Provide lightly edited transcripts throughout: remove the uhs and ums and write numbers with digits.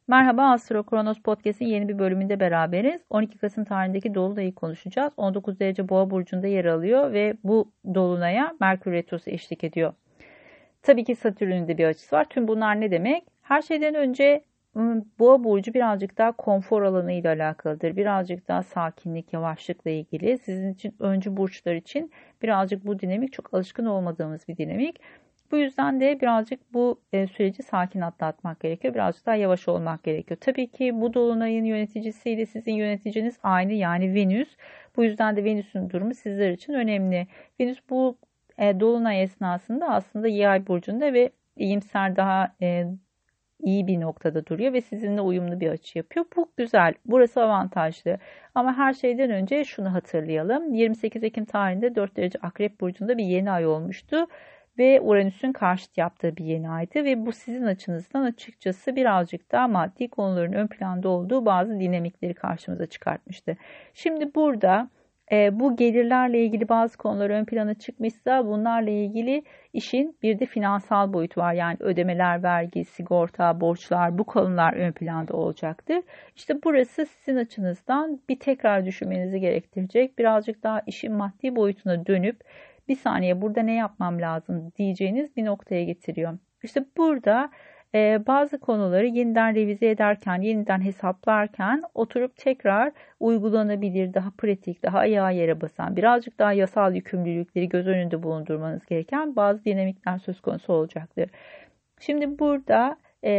Merhaba, Astro Kronos Podcast'in yeni bir bölümünde beraberiz. 12 Kasım tarihindeki Dolunay'ı konuşacağız. 19 derece Boğa burcunda yer alıyor ve bu Dolunay'a Merkür Retrosu eşlik ediyor. Tabii ki Satürn'ün de bir açısı var. Tüm bunlar ne demek? Her şeyden önce Boğa burcu birazcık daha konfor alanı ile alakalıdır. Birazcık daha sakinlik, yavaşlıkla ilgili. Sizin için, öncü burçlar için birazcık bu dinamik çok alışkın olmadığımız bir dinamik. Bu yüzden de birazcık bu süreci sakin atlatmak gerekiyor. Birazcık daha yavaş olmak gerekiyor. Tabii ki bu dolunayın yöneticisiyle sizin yöneticiniz aynı, yani Venüs. Bu yüzden de Venüs'ün durumu sizler için önemli. Venüs bu dolunay esnasında aslında Yay burcunda ve iyimser, daha iyi bir noktada duruyor ve sizinle uyumlu bir açı yapıyor. Bu güzel. Burası avantajlı. Ama her şeyden önce şunu hatırlayalım. 28 Ekim tarihinde 4 derece Akrep burcunda bir yeni ay olmuştu ve Uranüs'ün karşıt yaptığı bir yeni aydı ve bu sizin açınızdan açıkçası birazcık daha maddi konuların ön planda olduğu bazı dinamikleri karşımıza çıkartmıştı. Şimdi burada bu gelirlerle ilgili bazı konular ön plana çıkmışsa bunlarla ilgili işin bir de finansal boyutu var. Yani ödemeler, vergi, sigorta, borçlar, bu konular ön planda olacaktır. İşte burası sizin açınızdan bir tekrar düşünmenizi gerektirecek. Birazcık daha işin maddi boyutuna dönüp bir saniye burada ne yapmam lazım diyeceğiniz bir noktaya getiriyor. İşte burada bazı konuları yeniden revize ederken, yeniden hesaplarken oturup tekrar uygulanabilir, daha pratik, daha ayağa yere basan, birazcık daha yasal yükümlülükleri göz önünde bulundurmanız gereken bazı dinamikler söz konusu olacaktır. Şimdi burada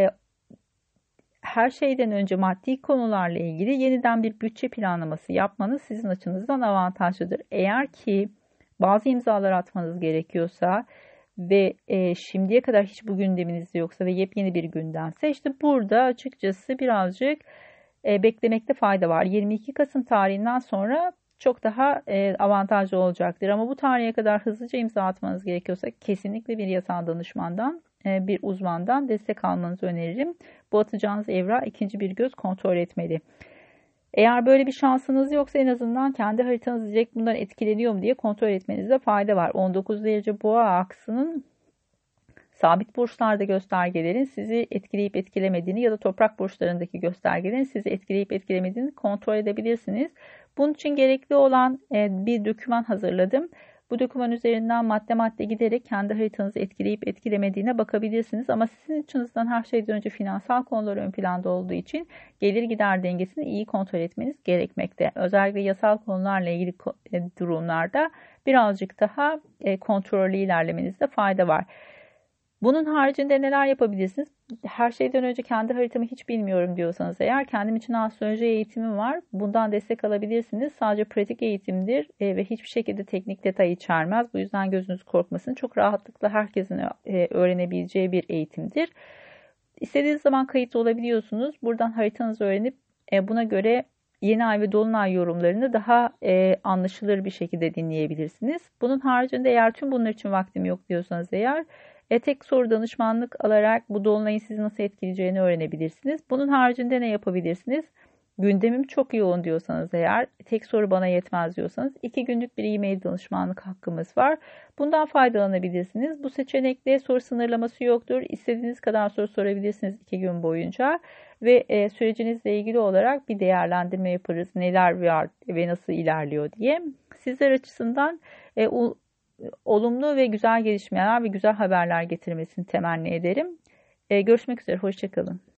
her şeyden önce maddi konularla ilgili yeniden bir bütçe planlaması yapmanız sizin açınızdan avantajlıdır. Eğer ki bazı imzalar atmanız gerekiyorsa ve şimdiye kadar hiç bu gündeminizde yoksa ve yepyeni bir gündemse işte burada açıkçası birazcık beklemekte fayda var. 22 Kasım tarihinden sonra çok daha avantajlı olacaktır. Ama bu tarihe kadar hızlıca imza atmanız gerekiyorsa kesinlikle bir yasal danışmandan, bir uzmandan destek almanızı öneririm. Bu atacağınız evrağı ikinci bir göz kontrol etmeli. Eğer böyle bir şansınız yoksa en azından kendi haritanız direkt bundan etkileniyor mu diye kontrol etmenizde fayda var. 19 derece boğa aksının sabit burçlarda göstergelerin sizi etkileyip etkilemediğini ya da toprak burçlarındaki göstergelerin sizi etkileyip etkilemediğini kontrol edebilirsiniz. Bunun için gerekli olan bir doküman hazırladım. Bu doküman üzerinden madde madde giderek kendi haritanızı etkileyip etkilemediğine bakabilirsiniz. Ama sizin açınızdan her şeyden önce finansal konular ön planda olduğu için gelir gider dengesini iyi kontrol etmeniz gerekmekte. Özellikle yasal konularla ilgili durumlarda birazcık daha kontrollü ilerlemenizde fayda var. Bunun haricinde neler yapabilirsiniz? Her şeyden önce kendi haritamı hiç bilmiyorum diyorsanız eğer kendim için astroloji eğitimi var. Bundan destek alabilirsiniz. Sadece pratik eğitimdir ve hiçbir şekilde teknik detay içermez. Bu yüzden gözünüz korkmasın. Çok rahatlıkla herkesin öğrenebileceği bir eğitimdir. İstediğiniz zaman kayıtlı olabiliyorsunuz. Buradan haritanızı öğrenip buna göre yeni ay ve dolunay yorumlarını daha anlaşılır bir şekilde dinleyebilirsiniz. Bunun haricinde eğer tüm bunlar için vaktim yok diyorsanız eğer tek soru danışmanlık alarak bu dolunayın sizi nasıl etkileyeceğini öğrenebilirsiniz. Bunun haricinde ne yapabilirsiniz? Gündemim çok yoğun diyorsanız eğer, tek soru bana yetmez diyorsanız 2 günlük bir e-mail danışmanlık hakkımız var. Bundan faydalanabilirsiniz. Bu seçenekte soru sınırlaması yoktur. İstediğiniz kadar soru sorabilirsiniz 2 gün boyunca. Ve sürecinizle ilgili olarak bir değerlendirme yaparız. Neler var ve nasıl ilerliyor diye. Sizler açısından olumlu ve güzel gelişmeler ve güzel haberler getirmesini temenni ederim. Görüşmek üzere, hoşça kalın.